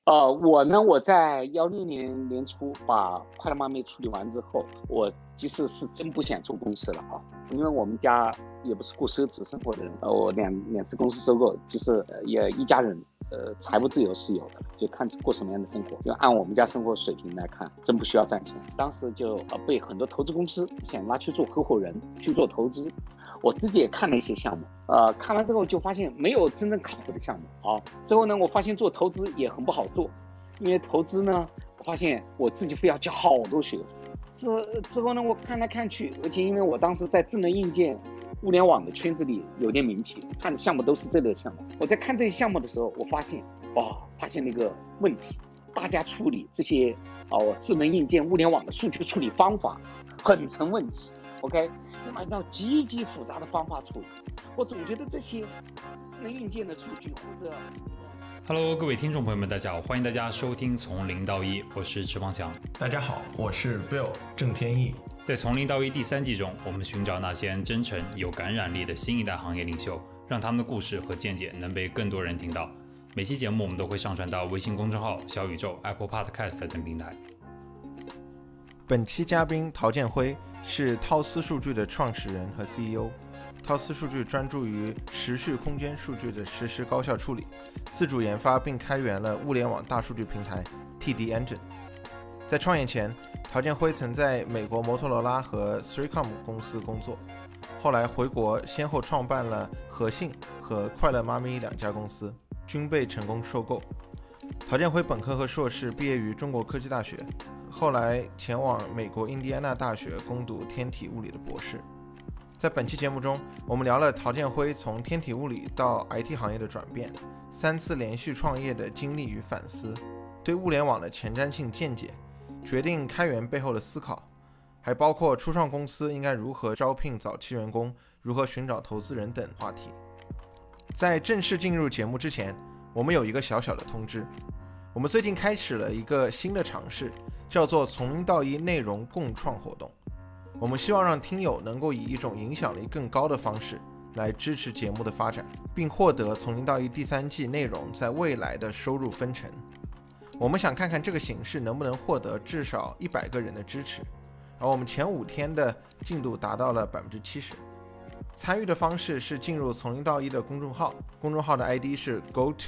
我在16年年初把快乐妈咪处理完之后，我其实是真不想做公司了啊，因为我们家也不是过奢侈生活的人，我两次公司收购，就是也一家人，财务自由是有的，就看过什么样的生活，就按我们家生活水平来看，真不需要赚钱。当时就被很多投资公司想拉去做合伙人，去做投资，我自己也看了一些项目，看完之后就发现没有真正靠谱的项目啊。之后呢，我发现做投资也很不好做，因为投资呢，我发现我自己非要交好多学费。之后呢，我看来看去，而且因为我当时在智能硬件、物联网的圈子里有点名气，看的项目都是这类项目。我在看这些项目的时候，我发现那个问题，大家处理这些智能硬件、物联网的数据处理方法很成问题。OK， 你买到极其复杂的方法处理，我总觉得这些智能硬件的数据或者 Hello， 各位听众朋友们，大家好，欢迎大家收听从零到一，我是池方强。 大家好，我是 Bill 郑天意。 在从零到一第3季中，我们寻找那些真诚有感染力的新一代行业领袖，让他们的故事和见解能被更多人听到。每期节目我们都会上传到微信公众号、小宇宙、Apple Podcast 等平台。 本期嘉宾陶建辉是涛思数据的创始人和 CEO。涛思数据专注于时序空间数据的实时高效处理，自主研发并开源了物联网大数据平台 TD Engine。在创业前，陶建辉曾在美国摩托罗拉和 3Com 公司工作，后来回国先后创办了和信和快乐妈咪2家公司，均被成功收购。陶建辉本科和硕士毕业于中国科技大学，后来前往美国印第安纳大学攻读天体物理的博士。在本期节目中，我们聊了陶建辉从天体物理到 IT 行业的转变，3次连续创业的经历与反思，对物联网的前瞻性见解，决定开源背后的思考，还包括初创公司应该如何招聘早期员工，如何寻找投资人等话题。在正式进入节目之前，我们有一个小小的通知，我们最近开始了一个新的尝试，叫做从零到一内容共创活动。我们希望让听友能够以一种影响力更高的方式来支持节目的发展，并获得从零到一第3季内容在未来的收入分成。我们想看看这个形式能不能获得至少100个人的支持，而我们前5天的进度达到了 70%。 参与的方式是进入从零到一的公众号，公众号的 ID 是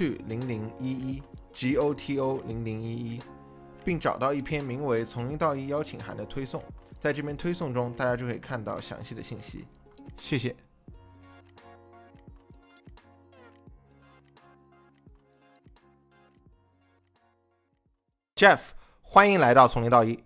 GOTO0011 GOTO0011， 并找到一篇名为从零到一邀请函的推送，在这边推送中大家就可以看到详细的信息。谢谢。Jeff， 欢迎来到从零到一。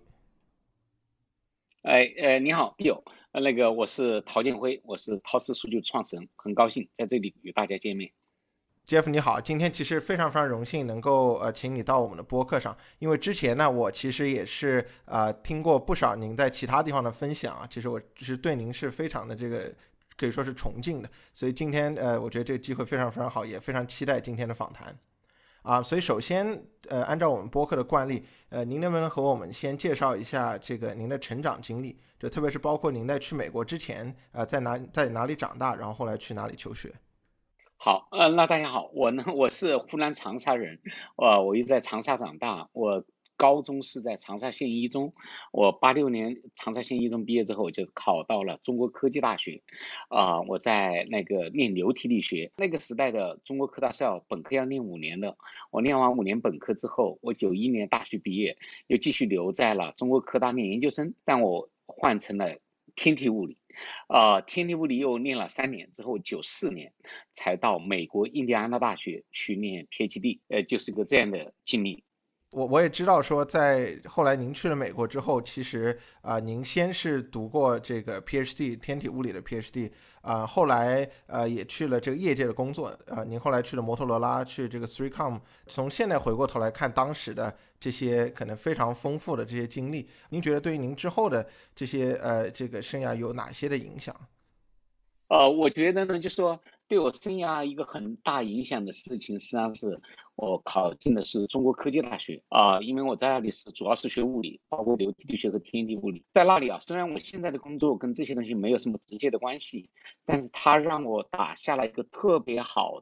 你好 Bill， 我是陶建辉，我是涛思数据创始人，很高兴在这里与大家见面。 Jeff 你好，今天其实非常非常荣幸能够请你到我们的播客上，因为之前呢我其实也是听过不少您在其他地方的分享啊，其实我是对您是非常的这个可以说是崇敬的，所以今天我觉得这个机会非常非常好，也非常期待今天的访谈所以首先按照我们播客的惯例您能不能和我们先介绍一下这个您的成长经历，就特别是包括您在去美国之前在哪里长大，然后后来去哪里求学。 好，那大家好，我是湖南长沙人，我又在长沙长大，我高中是在长沙县一中，我86年长沙县一中毕业之后，我就考到了中国科技大学，我在念流体力学，那个时代的中国科大是要本科要念5年的，我念完5年本科之后，我91年大学毕业，又继续留在了中国科大念研究生，但我换成了天体物理。天体物理又念了3年之后，94年才到美国印第安纳大学去念 PhD， 就是个这样的经历。 我也知道说，在后来您去了美国之后，其实您先是读过这个 PhD 天体物理的 PhD，后来也去了这个业界的工作，您后来去了摩托罗拉，去这个 3Com， 从现在回过头来看当时的这些可能非常丰富的这些经历，您觉得对于您之后的这些这个生涯有哪些的影响？ 我觉得呢，就是说对我生涯一个很大影响的事情，实际上是我考进的是中国科技大学因为我在那里主要是学物理，包括流体力学和天体物理。在那里虽然我现在的工作跟这些东西没有什么直接的关系，但是它让我打下了一个特别好的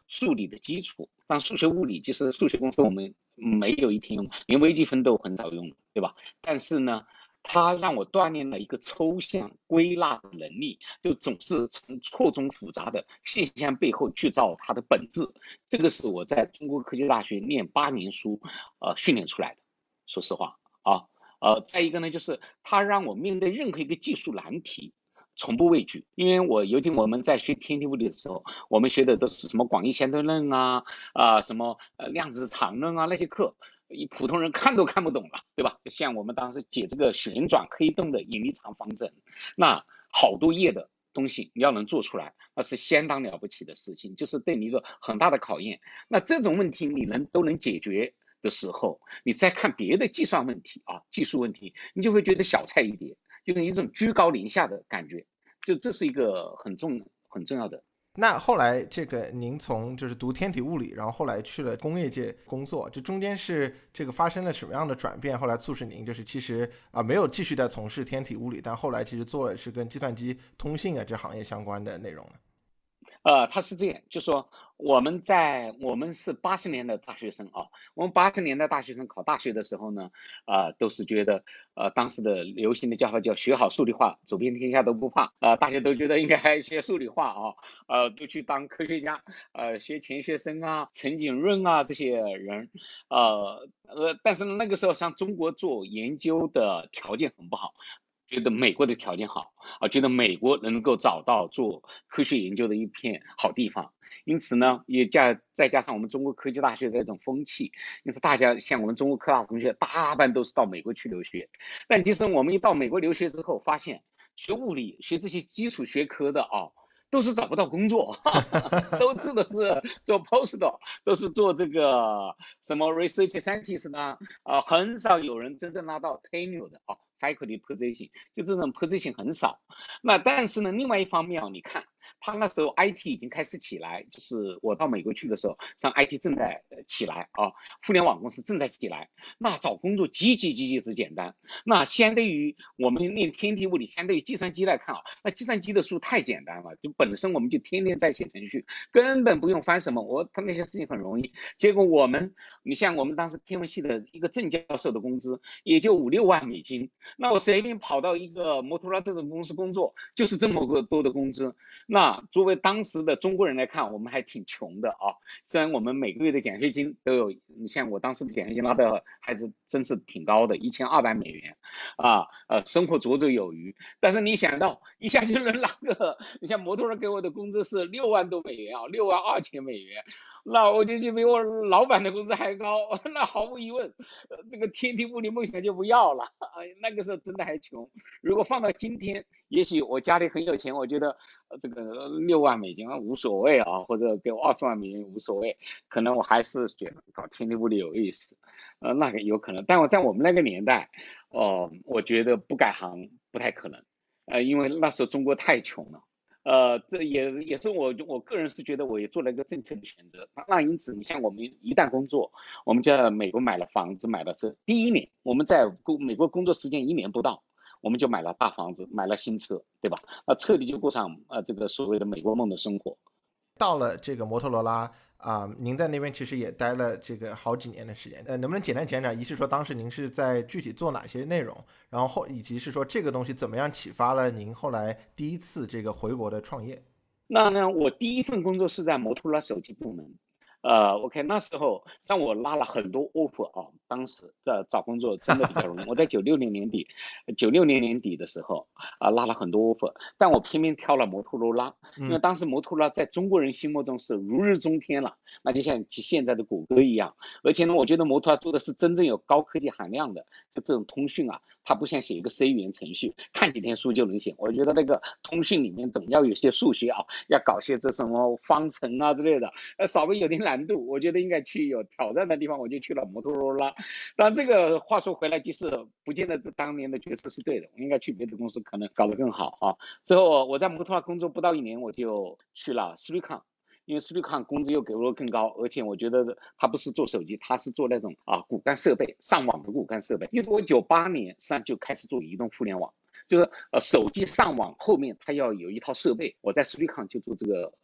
数理的基础。当数学物理其实数学公式我们没有一天用，连微积分都很少用，对吧？但是呢，它让我锻炼了一个抽象归纳的能力，就总是从错综复杂的现象背后去找它的本质。这个是我在中国科技大学念8年书，训练出来的。说实话啊，再一个呢，就是它让我面对任何一个技术难题，从不畏惧。因为尤其我们在学天体物理的时候，我们学的都是什么广义相对论啊，什么量子场论啊，那些课普通人看都看不懂了，对吧？像我们当时解这个旋转黑洞的引力场方程，那好多页的东西你要能做出来，那是相当了不起的事情，就是对你一个很大的考验。那这种问题你都能解决的时候，你再看别的计算问题啊，技术问题，你就会觉得小菜一碟，就是一种居高临下的感觉。这是一个很重要的。 那后来这个您从就是读天体物理，然后后来去了工业界工作，这中间是这个发生了什么样的转变？后来促使您就是其实没有继续在从事天体物理，但后来其实做的是跟计算机通信这行业相关的内容呢？ 它是这样，就说我们是80年的大学生啊，我们80年的大学生考大学的时候呢，都是觉得当时的流行的叫法叫学好数理化，走遍天下都不怕大家都觉得应该学数理化都去当科学家，学钱学森啊、陈景润啊这些人，但是那个时候像中国做研究的条件很不好。觉得美国的条件好觉得美国能够找到做科学研究的一片好地方，因此呢，再加上我们中国科技大学的这种风气，因此大家像我们中国科大同学大半都是到美国去留学。但其实我们一到美国留学之后，发现学物理、学这些基础学科的都是找不到工作，都是做 postdoc， 都是做这个什么 research scientist 呢，很少有人真正拿到 tenure 的faculty position， 就这种 position 很少。那但是呢，另外一方面你看，他那时候 IT 已经开始起来，就是我到美国去的时候，像 IT 正在起来互联网公司正在起来，那找工作极其之简单。那相对于我们练天体物理，相对于计算机来看那计算机的书太简单了，就本身我们就天天在写程序，根本不用翻什么，他那些事情很容易。结果你像我们当时天文系的一个正教授的工资也就5-6万美金，那我随便跑到一个摩托罗拉这种公司工作，就是这么多的工资。那作为当时的中国人来看，我们还挺穷的虽然我们每个月的奖学金都有，你像我当时的奖学金拿的还是真是挺高的，1200美元生活绰绰有余。但是你想到一下就能拿个，你像摩托罗拉给我的工资是6万多美元62000美元，那我就比我老板的工资还高，那毫无疑问，这个天体物理梦想就不要了。那个时候真的还穷。如果放到今天，也许我家里很有钱，我觉得这个6万美金无所谓或者给我20万美元无所谓，可能我还是觉得搞天体物理有意思，那个有可能。但我在我们那个年代，我觉得不改行不太可能，因为那时候中国太穷了。这也是我个人是觉得我也做了一个正确的选择。那因此，你像我们一旦工作，我们在美国买了房子，买了车，第一年我们在美国工作时间1年不到，我们就买了大房子，买了新车，对吧？彻底就过上这个所谓的美国梦的生活。 到了这个摩托罗拉您在那边其实也待了这个好几年的时间，能不能简单讲讲，一是说当时您是在具体做哪些内容，然后以及是说这个东西怎么样启发了您后来第一次这个回国的创业？ 那我第一份工作是在摩托罗拉手机部门。OK， 那时候像我拉了很多 offer 当时找工作真的比较容易。我在96年年底的时候拉了很多 offer， 但我偏偏挑了摩托罗拉，因为当时摩托罗拉在中国人心目中是如日中天了，那就像现在的谷歌一样。而且呢，我觉得摩托罗拉做的是真正有高科技含量的，就这种通讯它不像写一个 C 语言程序，看几天书就能写。我觉得那个通讯里面总要有些数学要搞些这什么方程之类的，稍微有点难度，我觉得应该去有挑战的地方，我就去了摩托罗拉。当然这个话说回来，就是不见得这当年的决策是对的，我应该去别的公司可能搞得更好之后我在摩托罗拉工作不到1年，我就去了 Silicon。因为 Silicon 工资又给我更高，而且我觉得他不是做手机，他是做那种骨干设备，上网的骨干设备。因为我98年上就开始做移动互联网，就是手机上网后面它要有一套设备，我在 Silicon 就做这个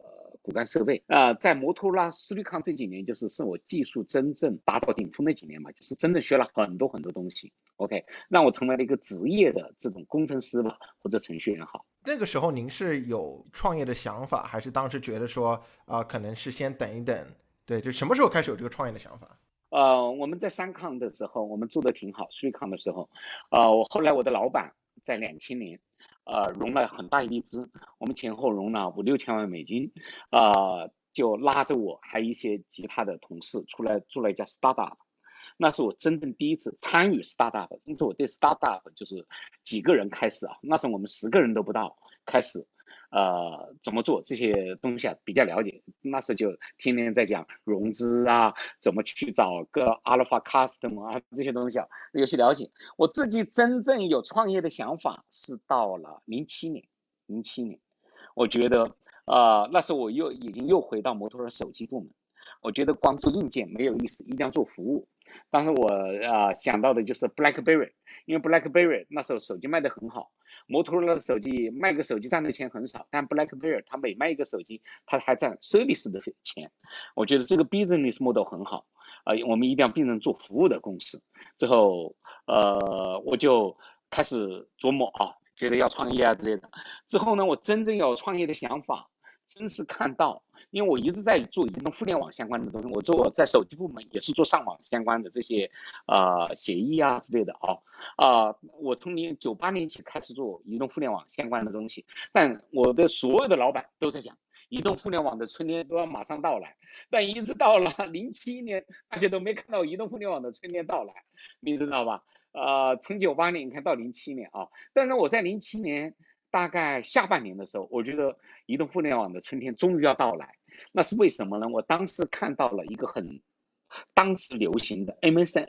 骨干设备。在摩托罗拉、斯律康这几年，是我技术真正达到顶峰的几年嘛，就是真正学了很多很多东西。OK， 让我成为了一个职业的这种工程师吧，或者程序员好。 那个时候您是有创业的想法，还是当时觉得说可能是先等一等？对，就什么时候开始有这个创业的想法？ 我们在三抗的时候，我们做的挺好。3抗的时候，后来我的老板在2000年，融了很大一笔资，我们前后融了5-6千万美金，就拉着我还有一些其他的同事出来做了一家 startup。那是我真正第一次参与 startup， 因此我对 startup 就是几个人开始啊，那时候我们10个人都不到开始。怎么做这些东西比较了解，那时候就天天在讲融资啊，怎么去找个 alpha customer 啊，这些东西有些了解。我自己真正有创业的想法是到了07年，我觉得那时候我已经回到摩托罗拉手机部门，我觉得光做硬件没有意思，一定要做服务。当时我想到的就是 BlackBerry， 因为 BlackBerry 那时候手机卖得很好。摩托罗拉的手机卖个手机赚的钱很少，但 BlackBerry 它每卖一个手机，它还赚 service 的钱。我觉得这个 business model 很好，我们一定要变成做服务的公司。之后我就开始琢磨觉得要创业之类的。之后呢，我真正有创业的想法，真是看到。因为我一直在做移动互联网相关的东西，我在手机部门也是做上网相关的这些协议啊之类的我从98年起开始做移动互联网相关的东西，但我的所有的老板都在讲移动互联网的春天都要马上到来，但一直到了07年，大家都没看到移动互联网的春天到来，你知道吧？从98年你看到07年但是我在07年大概下半年的时候，我觉得移动互联网的春天终于要到来。那是为什么呢？我当时看到了一个当时流行的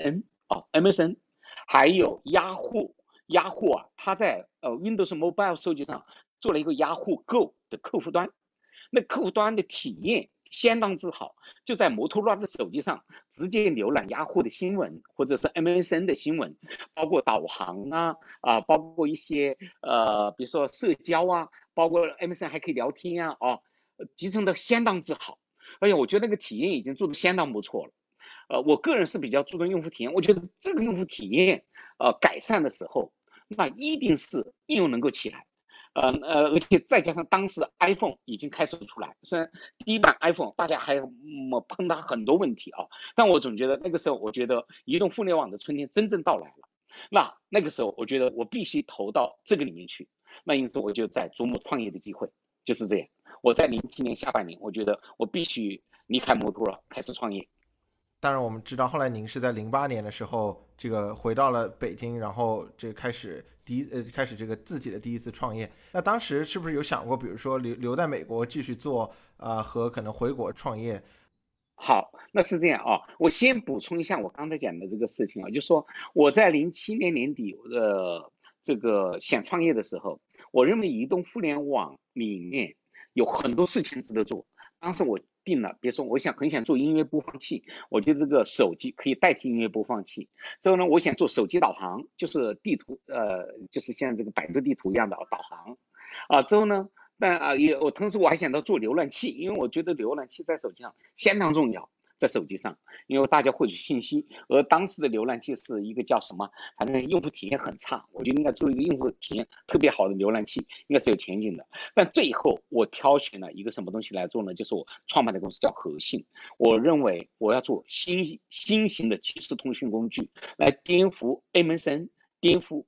MSN， 还有雅虎它在Windows Mobile 手机上做了一个雅虎 Go 的客户端，那客户端的体验相当之好，就在摩托罗拉的手机上直接浏览雅虎的新闻或者是 MSN 的新闻，包括导航包括一些比如说社交包括 MSN 还可以聊天集成的相当之好，而且我觉得那个体验已经做得相当不错了。我个人是比较注重用户体验，我觉得这个用户体验改善的时候，那一定是应用能够起来。而且再加上当时 iPhone 已经开始出来，虽然第一版 iPhone 大家还碰到很多问题但我总觉得那个时候，我觉得移动互联网的春天真正到来了。那个时候，我觉得我必须投到这个里面去。那因此我就在琢磨创业的机会，就是这样。我在07年下半年，我觉得我必须离开摩托罗拉，开始创业。 当然，我们知道后来您是在08年的时候，这个回到了北京，然后这开始这个自己的第一次创业。那当时是不是有想过，比如说留在美国继续做和可能回国创业？ 好，那是这样我先补充一下我刚才讲的这个事情就是说我在07年年底这个想创业的时候，我认为移动互联网里面有很多事情值得做。当时我定了，比如说我很想做音乐播放器，我觉得这个手机可以代替音乐播放器。之后呢，我想做手机导航，就是地图就是像这个百度地图一样的导航之后呢，我同时我还想到做浏览器，因为我觉得浏览器在手机上相当重要。在手机上，因为大家获取信息，而当时的浏览器是一个叫什么，反正用户体验很差，我就应该做一个用户体验特别好的浏览器，应该是有前景的。但最后我挑选了一个什么东西来做呢？就是我创办的公司叫和信。我认为我要做新型的即时通讯工具，来颠覆 MSN， 颠覆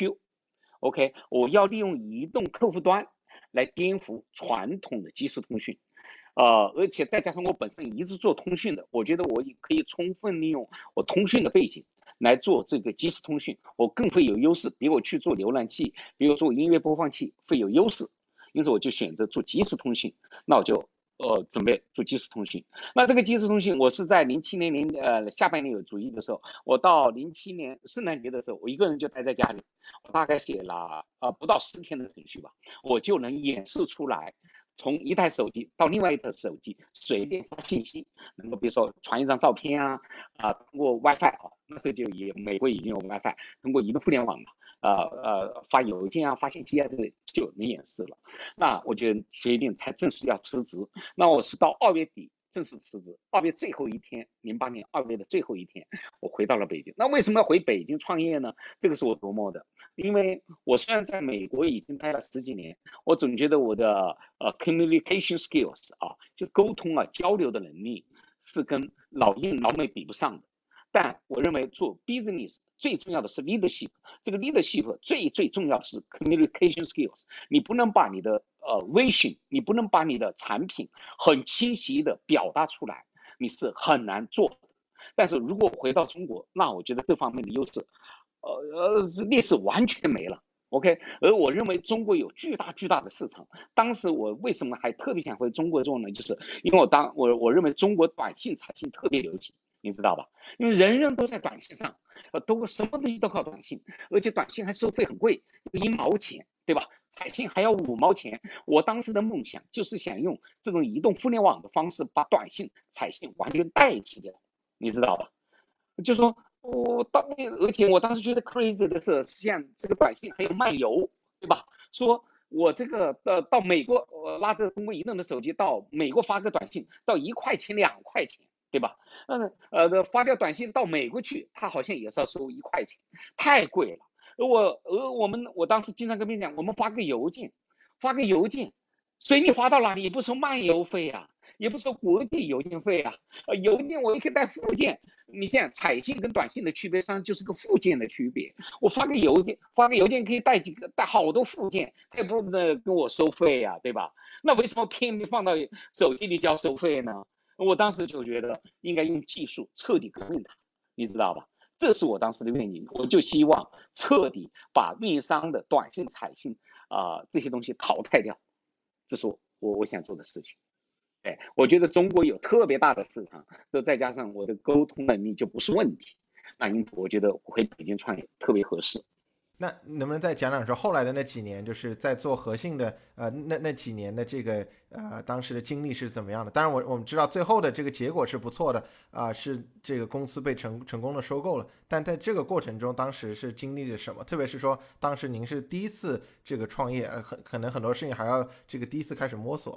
QQ。OK， 我要利用移动客户端来颠覆传统的即时通讯。而且再加上我本身一直做通讯的，我觉得我也可以充分利用我通讯的背景来做这个即时通讯，我更会有优势，比我去做浏览器，比我做音乐播放器会有优势。因此我就选择做即时通讯，那我就准备做即时通讯。那这个即时通讯，我是在07年下半年有主意的时候，我到07年圣诞节的时候，我一个人就待在家里，我大概写了不到10天的程序吧，我就能演示出来从一台手机到另外一台手机随便发信息，能够比如说传一张照片通过 WiFi 那时候就美国已经有 WiFi， 通过移动互联网发邮件发信息这类就能演示了。那我就决定才正式要辞职。那我是到2月底正式辞职，2月最后一天，08年2月的最后一天，我回到了北京。那为什么要回北京创业呢？这个是我琢磨的，因为我虽然在美国已经待了10几年，我总觉得我的communication skills 就是沟通交流的能力是跟老印老美比不上的。但我认为做 business 最重要的是 leadership， 这个 leadership 最重要的是 communication skills。你不能把你的vision， 你不能把你的产品很清晰的表达出来，你是很难做的。但是如果回到中国，那我觉得这方面的优势，劣势完全没了。OK， 而我认为中国有巨大的市场。当时我为什么还特别想回中国做呢？就是因为我认为中国短信财信特别流行，你知道吧？因为人人都在短信上，都什么东西都靠短信，而且短信还收费很贵，1毛钱，对吧？彩信还要5毛钱。我当时的梦想就是想用这种移动互联网的方式把短信、彩信完全代替掉，你知道吧？就说而且我当时觉得 crazy 的是，像这个短信还有漫游，对吧？说我这个到美国，拉着中国移动的手机到美国发个短信，到1块钱2块钱，对吧？发条短信到美国去，他好像也是要收1块钱，太贵了。我当时经常跟别人讲，我们发个邮件，随你发到哪里也不收漫游费也不收国际邮件费邮件我也可以带附件。你像彩信跟短信的区别上就是个附件的区别。我发个邮件可以带好多附件，他也不能跟我收费对吧？那为什么偏偏放到手机里交收费呢？我当时就觉得应该用技术彻底革命它，你知道吧？这是我当时的愿景，我就希望彻底把运营商的短信、彩信这些东西淘汰掉，这是我想做的事情。我觉得中国有特别大的市场，再加上我的沟通能力就不是问题，那因此我觉得回北京创业特别合适。 那能不能再讲讲说后来的那几年，就是在做核心的那几年的这个当时的经历是怎么样的？当然我们知道最后的这个结果是不错的是这个公司被成功的收购了，但在这个过程中当时是经历了什么？特别是说当时您是第一次这个创业，可能很多事情还要这个第一次开始摸索。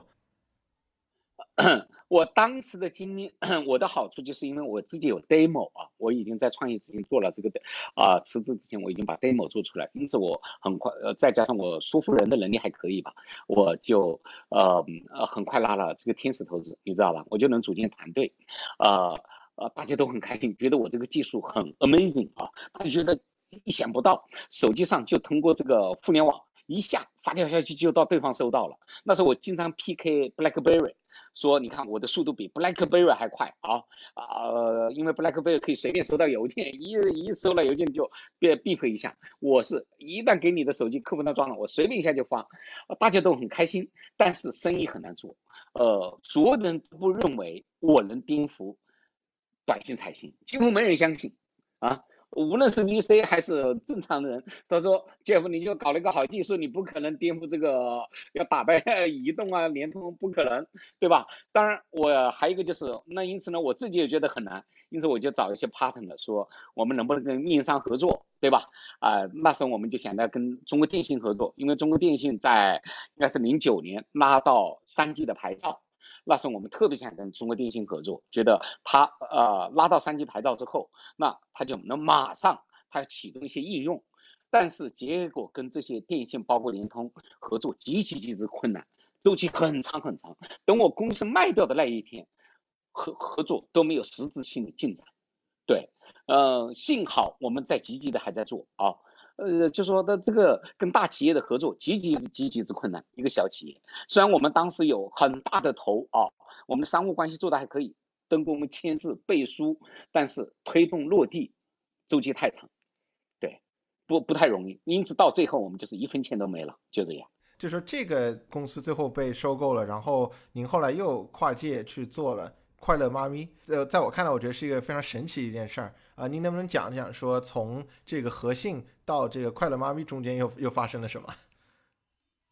我当时的经历，我的好处就是因为我自己有 demo 我已经在创业之前做了这个辞职之前我已经把 demo 做出来，因此我很快再加上我说服人的能力还可以吧，我就很快拉了这个天使投资，你知道吧？我就能组建团队，大家都很开心，觉得我这个技术很 amazing 他觉得意想不到，手机上就通过这个互联网一下发条消息就到对方收到了。那时候我经常 PK BlackBerry。说你看我的速度比 BlackBerry 还快因为 BlackBerry 可以随便收到邮件，一收到邮件就beep 一下。我是一旦给你的手机客户端装了，我随便一下就发，大家都很开心，但是生意很难做。所有人都不认为我能颠覆短信彩信，几乎没人相信无论是 VC 还是正常的人，他说 Jeff 你就搞了一个好技术，你不可能颠覆这个要打败移动联通，不可能，对吧？当然我还有一个就是那因此呢我自己也觉得很难，因此我就找一些 partner 说我们能不能跟运营商合作，对吧？那时候我们就想到跟中国电信合作，因为中国电信在应该是09年拉到3G 的牌照。那时候我们特别想跟中国电信合作，觉得他拉到3G 牌照之后，那他就能马上他启动一些应用，但是结果跟这些电信包括联通合作极之困难，周期很长。等我公司卖掉的那一天，合作都没有实质性的进展。对，幸好我们在积极的还在做就说的这个跟大企业的合作极之困难，一个小企业，虽然我们当时有很大的头我们的商务关系做的还可以，跟我们签字背书，但是推动落地周期太长，对，不太容易，因此到最后我们就是1分钱都没了，就这样。 就说这个公司最后被收购了，然后您后来又跨界去做了快乐妈咪，在我看来我觉得是一个非常神奇的一件事儿您能不能讲讲说从这个核心到这个快乐妈咪中间又发生了什么？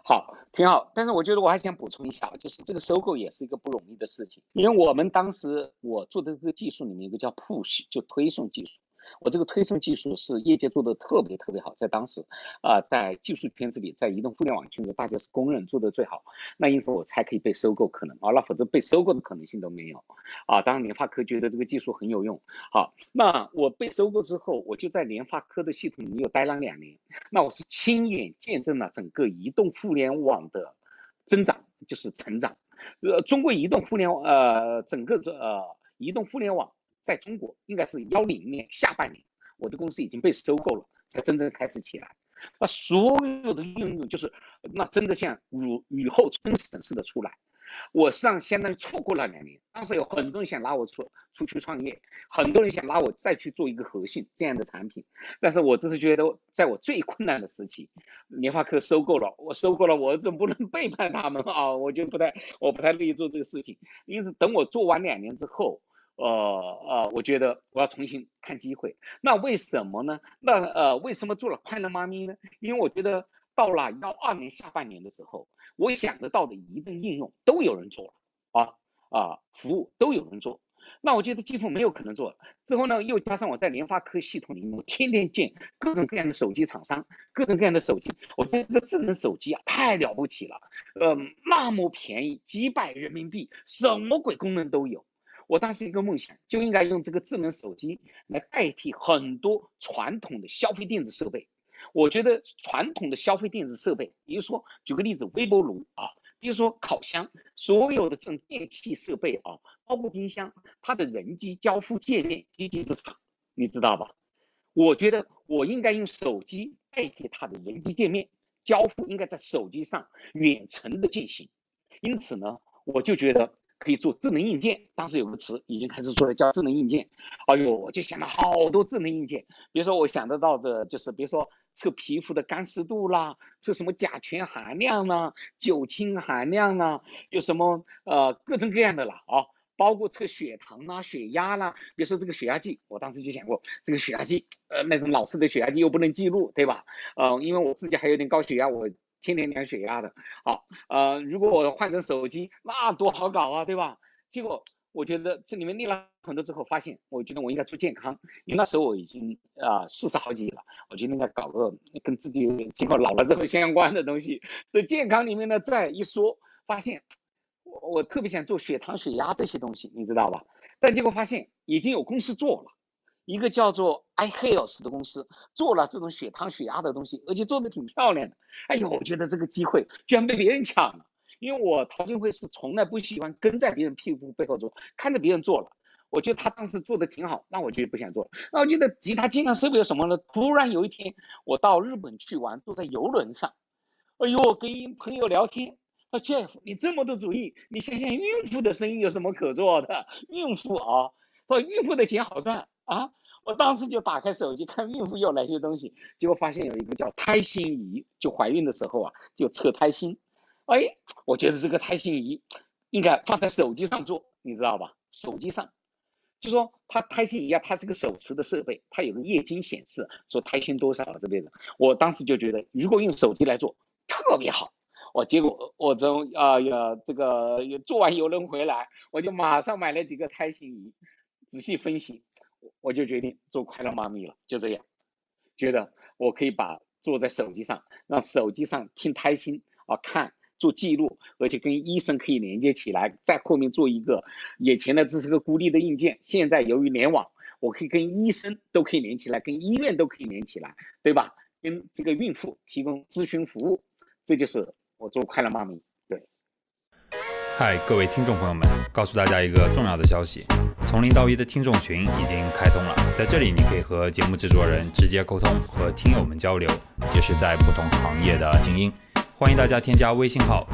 好，挺好。但是我觉得我还想补充一下，就是这个收购也是一个不容易的事情，因为我们当时我做的这个技术里面一个叫 push，就推送技术。我这个推送技术是业界做的特别特别好，在当时在技术圈子里，在移动互联网圈子，大家是公认做的最好。那因此我才可以被收购，可能那否则被收购的可能性都没有当然联发科觉得这个技术很有用。好，那我被收购之后，我就在联发科的系统里面又待了2年。那我是亲眼见证了整个移动互联网的增长，就是成长。中国移动互联网整个移动互联网在中国应该是10年下半年，我的公司已经被收购了，才真正开始起来。那所有的应用就是那真的像雨后春笋似的出来。我实际上相当于错过了2年，当时有很多人想拉我出去创业，很多人想拉我再去做一个核心这样的产品，但是我只是觉得在我最困难的时期，联发科收购了，我总不能背叛他们我就不太乐意做这个事情。因此等我做完2年之后，我觉得我要重新看机会。那为什么呢？为什么做了快乐妈咪呢？因为我觉得到了12年下半年的时候，我想得到的移动应用都有人做了服务都有人做。那我觉得几乎没有可能做了。之后呢，又加上我在联发科系统里面，我天天见各种各样的手机厂商，各种各样的手机。我觉得这个智能手机太了不起了，那么便宜，几百人民币，什么鬼功能都有。我当时一个梦想，就应该用这个智能手机来代替很多传统的消费电子设备。我觉得传统的消费电子设备，比如说举个例子，微波炉比如说烤箱，所有的这种电器设备包括冰箱，它的人机交付界面极其之差，你知道吧？我觉得我应该用手机代替它的人机界面，交付应该在手机上远程的进行。因此呢，我就觉得可以做智能硬件。当时有个词已经开始出来叫智能硬件。我就想了好多智能硬件。比如说我想得到的就是，比如说测皮肤的干湿度啦，测什么甲醛含量啦，酒精含量啦，有什么各种各样的啦包括测血糖啦、血压啦。比如说这个血压计，我当时就想过，这个血压计那种老式的血压计又不能记录，对吧？因为我自己还有点高血压，我天天量血压的。如果我换成手机，那多好搞对吧？结果我觉得这里面列了很多之后，发现我觉得我应该做健康，因为那时候我已经40好几了，我觉得应该搞个跟自己经过老了之后相关的东西。在健康里面呢，再一说，发现我特别想做血糖、血压这些东西，你知道吧？但结果发现已经有公司做了。一个叫做 iHealth 的公司做了这种血糖血压的东西，而且做的挺漂亮的。我觉得这个机会居然被别人抢了。因为我陶金辉是从来不喜欢跟在别人屁股背后做，看着别人做了，我觉得他当时做的挺好，那我就不想做了。那我觉得吉他健康设备有什么呢？突然有一天我到日本去玩，坐在游轮上，跟朋友聊天，说 Jeff 你这么多主意，你想想孕妇的生意有什么可做的？孕妇说孕妇的钱好赚我当时就打开手机看孕妇有哪些东西，结果发现有一个叫胎心仪，就怀孕的时候就测胎心。我觉得这个胎心仪应该放在手机上做，你知道吧？手机上就说它胎心仪它是个手持的设备，它有个液晶显示说胎心多少这边的。我当时就觉得如果用手机来做特别好。结果我从这个做完游轮回来，我就马上买了几个胎心仪，仔细分析，我就决定做快乐妈咪了。就这样，觉得我可以把做在手机上，让手机上听胎心看做记录，而且跟医生可以连接起来，在后面做一个以前的这是个孤立的硬件，现在由于联网，我可以跟医生都可以连起来，跟医院都可以连起来，对吧？跟这个孕妇提供咨询服务，这就是我做快乐妈咪。对。 嗨，各位听众朋友们，告诉大家一个重要的消息，从零到一的听众群已经开通了，在这里你可以和节目制作人直接沟通，和听友们交流，皆是在不同行业的精英。欢迎大家添加微信号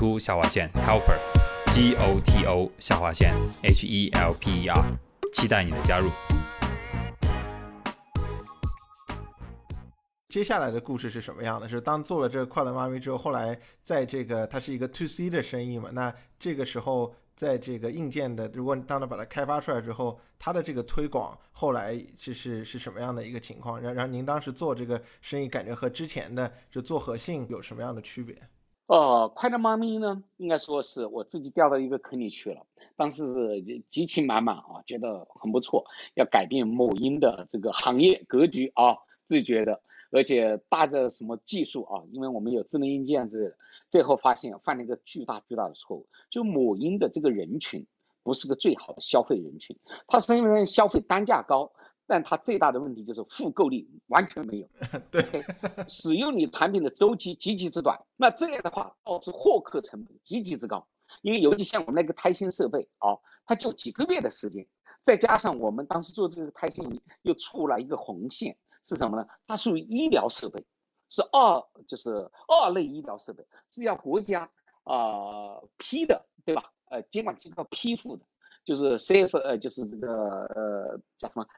GoTo_Helper GOTO_HELPER， 期待你的加入。 接下来的故事是什么样的？是当做了这个快乐妈咪之后，后来在这个它是一个 to C 的生意嘛，那这个时候在这个硬件的，如果当它把它开发出来之后，它的这个推广后来是什么样的一个情况？然后您当时做这个生意，感觉和之前的就做核心有什么样的区别？ 快乐妈咪呢，应该说是我自己掉到一个坑里去了，当时是激情满满啊，觉得很不错，要改变某音的这个行业格局啊，自己觉得，而且搭着什么技术啊，因为我们有智能硬件之类的，最后发现犯了一个巨大的错误，就某音的这个人群不是个最好的消费人群，它是因为消费单价高。但它最大的问题就是复购力完全没有， 对， 使用你产品的周期极其之短，那这样的话导致获客成本极其之高。因为尤其像我们那个胎心设备啊，它就几个月的时间，再加上我们当时做这个胎心仪又出了一个红线，是什么呢？它属于医疗设备，就是二类医疗设备，是要国家批的，对吧？监管机构批复的。就是 CF 就是这个叫什么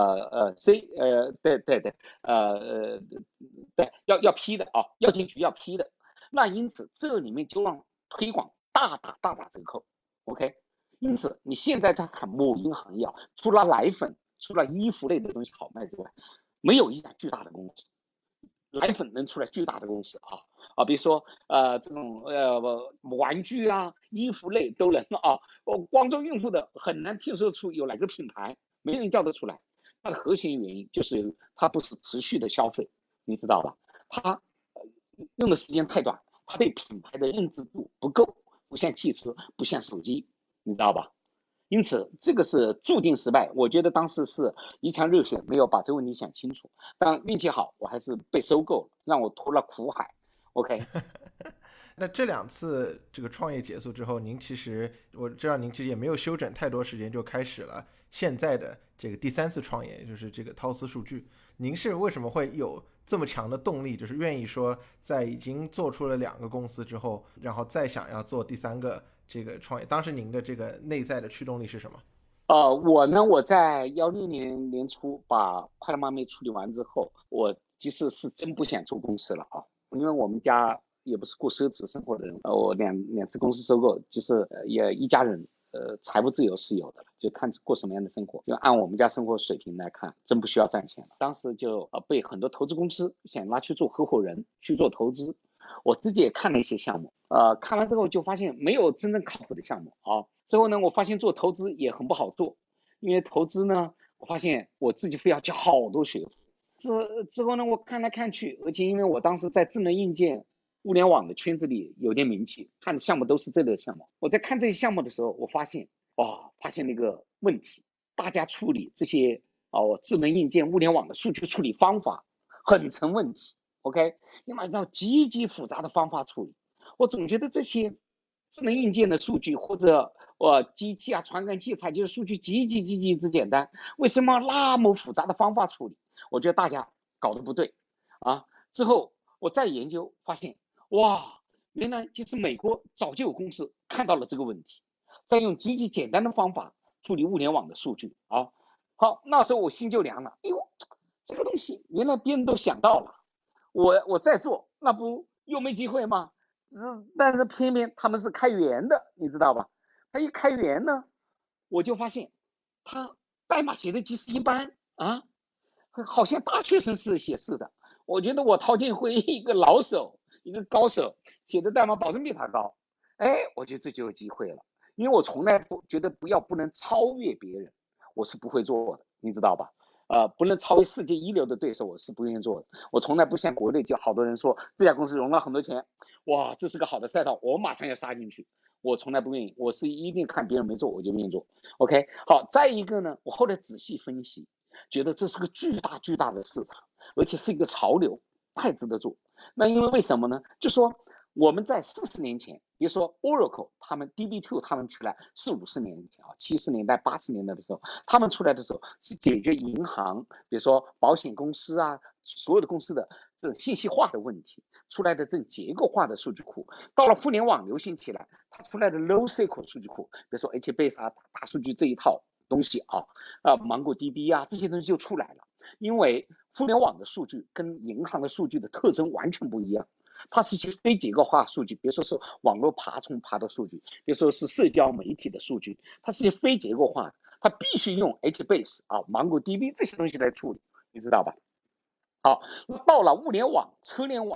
对要批的啊，药监局要批的。那因此这里面就让推广大打折扣。OK， 因此你现在在看某音行业啊，除了奶粉、除了衣服类的东西好卖之外，没有一家巨大的公司。奶粉能出来巨大的公司比如说这种玩具啊、衣服类都能啊。光做孕妇的很难听说出有哪个品牌，没人叫得出来。它的核心原因就是它不是持续的消费，你知道吧？它用的时间太短，它对品牌的认知度不够，不像汽车，不像手机，你知道吧？因此，这个是注定失败。我觉得当时是一腔热血，没有把这个问题想清楚。但运气好，我还是被收购了，让我脱了苦海。OK， 那这2次这个创业结束之后，您其实我知道您其实也没有休整太多时间，就开始了现在的这个第3次创业，就是这个涛思数据。您是为什么会有这么强的动力，就是愿意说在已经做出了2个公司之后，然后再想要做第3个这个创业？当时您的这个内在的驱动力是什么？ 我在16年年初把快乐妈咪处理完之后，我其实是真不想做公司了啊，因为我们家也不是过奢侈生活的人，我两次公司收购，就是也一家人，财务自由是有的了，就看过什么样的生活，就按我们家生活水平来看，真不需要赚钱了。当时就被很多投资公司想拉去做合伙人，去做投资。我自己也看了一些项目，看完之后就发现没有真正靠谱的项目啊。之后呢，我发现做投资也很不好做，因为投资呢，我发现我自己非要交好多学费。之后呢，我看来看去，而且因为我当时在智能硬件、物联网的圈子里有点名气，看的项目都是这类项目。我在看这些项目的时候，我发现那个问题，大家处理这些智能硬件、物联网的数据处理方法很成问题。OK， 你买到极其复杂的方法处理，我总觉得这些智能硬件的数据或者机器啊、传感器采集的数据极其之简单，为什么那么复杂的方法处理？我觉得大家搞得不对之后我再研究发现，原来其实美国早就有公司看到了这个问题，在用极其简单的方法处理物联网的数据好，那时候我心就凉了，哎呦，这个东西原来别人都想到了。我再做，那不又没机会吗？但是偏偏他们是开源的，你知道吧？他一开源呢，我就发现他代码写的其实一般好像大学生是写似的。我觉得我陶建辉一个老手，一个高手，写的代码保证比他高。我觉得这就有机会了，因为我从来不觉得不能超越别人，我是不会做的，你知道吧？不能超越世界一流的对手，我是不愿意做的。我从来不像国内就好多人说这家公司融了很多钱，这是个好的赛道，我马上要杀进去。我从来不愿意，我是一定看别人没做我就愿意做。OK， 好，再一个呢，我后来仔细分析，觉得这是个巨大的市场，而且是一个潮流，太值得做。那因为什么呢？就说我们在40年前，比如说 Oracle 他们 DB2 他们出来40-50年前70年代80年代的时候，他们出来的时候是解决银行比如说保险公司所有的公司的这种信息化的问题，出来的这种结构化的数据库。到了互联网流行起来，它出来的 NoSQL 数据库，比如说 HBase 大数据这一套东西MongoDB 这些东西就出来了。因为互联网的数据跟银行的数据的特征完全不一样，它是一些非结构化数据，比如说是网络爬虫爬的数据，比如说是社交媒体的数据，它是一些非结构化的，它必须用 HBase MongoDB 这些东西来处理，你知道吧？好，那到了物联网、车联网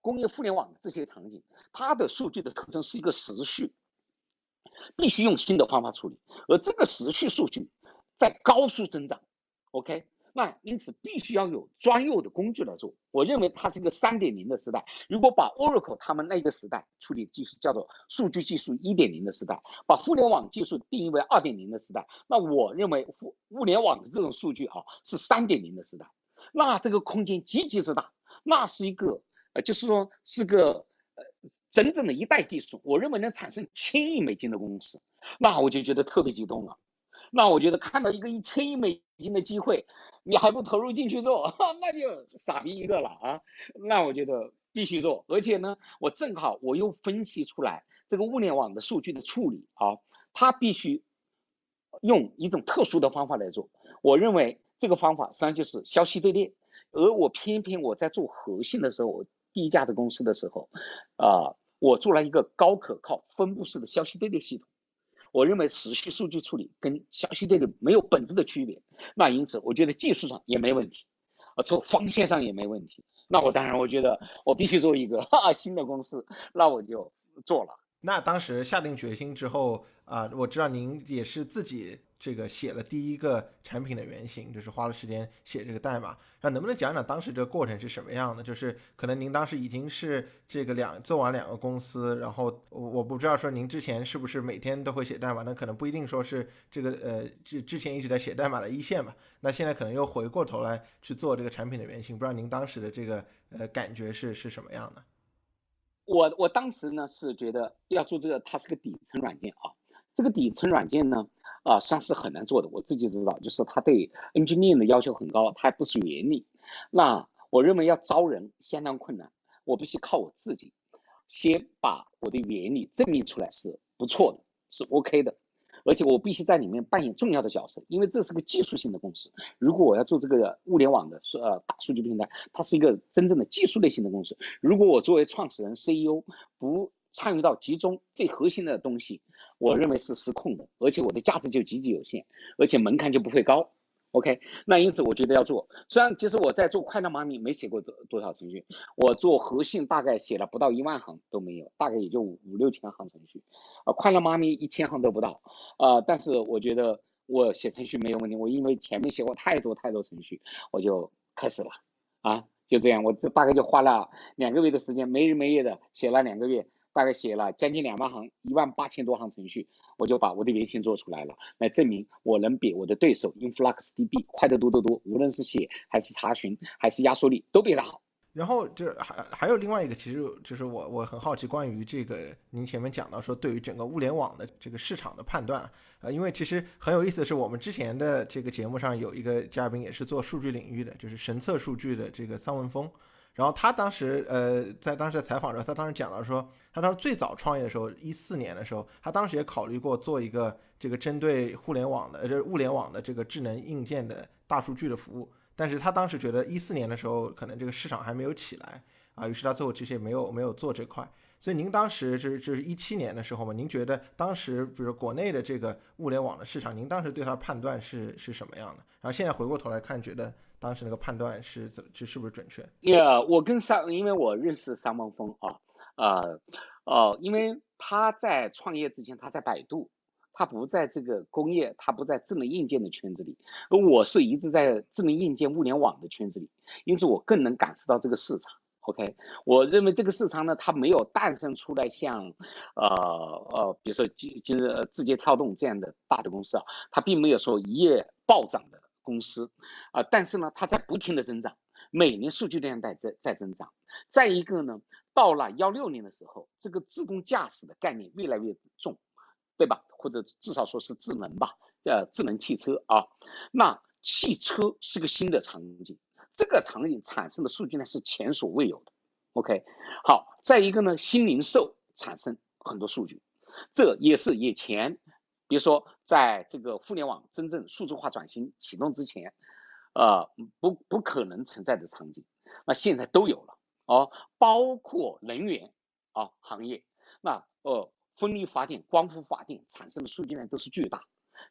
工业互联网的这些场景，它的数据的特征是一个时序，必须用新的方法处理，而这个时序数据在高速增长。OK， 那因此必须要有专用的工具来做。我认为它是一个 3.0 的时代。如果把 Oracle 他们那个时代处理技术叫做数据技术 1.0 的时代，把互联网技术定义为 2.0 的时代，那我认为物联网的这种数据是 3.0 的时代。那这个空间极其之大，那是一个就是说是个真正的一代技术，我认为能产生1000亿美金的公司，那我就觉得特别激动了。那我觉得看到一个1000亿美金的机会，你还不投入进去做，那就傻逼一个了啊！那我觉得必须做，而且呢，我正好我又分析出来这个物联网的数据的处理它必须用一种特殊的方法来做。我认为这个方法实际上就是消息队列，而我偏偏我在做核心的时候，我第一家的公司的时候，我做了一个高可靠分布式的消息队列系统。我认为时序数据处理跟消息队列没有本质的区别，那因此我觉得技术上也没问题，从方向上也没问题。那我当然我觉得我必须做一个新的公司，那我就做了。 那当时下定决心之后我知道您也是自己这个写了第一个产品的原型，就是花了时间写这个代码。那能不能讲讲当时这个过程是什么样的？就是可能您当时已经是这个做完2个公司，然后我不知道说您之前是不是每天都会写代码，那可能不一定说是这个之前一直在写代码的一线吧。那现在可能又回过头来去做这个产品的原型，不知道您当时的这个感觉是什么样的？ 我当时呢是觉得要做这个，它是个底层软件这个底层软件呢实际上是很难做的，我自己知道，就是它对 engineering 的要求很高，它还不是原理。那我认为要招人相当困难，我必须靠我自己先把我的原理证明出来是不错的，是 OK 的，而且我必须在里面扮演重要的角色，因为这是个技术性的公司。如果我要做这个物联网的大数据平台，它是一个真正的技术类型的公司。如果我作为创始人 CEO 不参与到其中最核心的东西，我认为是失控的，而且我的价值就极其有限，而且门槛就不会高。OK， 那因此我觉得要做。虽然其实我在做快乐妈咪没写过多少程序，我做核心大概写了不到1万行都没有，大概也就5-6千行程序。快乐妈咪1000行都不到。但是我觉得我写程序没有问题，我因为前面写过太多程序，我就开始了就这样，我大概就花了2个月的时间，没日没夜的写了2个月。大概写了将近2万行，18000多行程序，我就把我的原型做出来了，来证明我能比我的对手 InfluxDB 快得多，无论是写还是查询还是压缩力都比他好。 然后这还有另外一个，其实就是我很好奇关于这个您前面讲到说对于整个物联网的这个市场的判断因为其实很有意思的是，我们之前的这个节目上有一个嘉宾也是做数据领域的，就是神策数据的这个桑文峰。然后他当时在当时的采访的时候，他当时讲到说，他当时最早创业的时候，14年的时候，他当时也考虑过做一个这个针对互联网的物联网的这个智能硬件的大数据的服务，但是他当时觉得14年的时候可能这个市场还没有起来于是他最后其实也没有做这块。所以您当时就是17年的时候嘛，您觉得当时比如国内的这个物联网的市场，您当时对它的判断是什么样的？然后现在回过头来看，觉得当时那个判断是不是准确？ 因为我认识桑文峰因为他在创业之前他在百度，他不在这个工业，他不在智能硬件的圈子里，而我是一直在智能硬件物联网的圈子里，因此我更能感受到这个市场。OK， 我认为这个市场呢，它没有诞生出来像比如说字节跳动这样的大的公司它并没有说一夜暴涨的公司但是呢，它在不停的增长，每年数据量在增长。再一个呢，到了16年的时候，这个自动驾驶的概念越来越重，对吧？或者至少说是智能吧，智能汽车那汽车是个新的场景。这个场景产生的数据呢是前所未有的 ，OK， 好，再一个呢，新零售产生很多数据，这也是以前，比如说在这个互联网真正数字化转型启动之前，不可能存在的场景，那现在都有了包括能源行业，那风力发电、光伏发电产生的数据量都是巨大。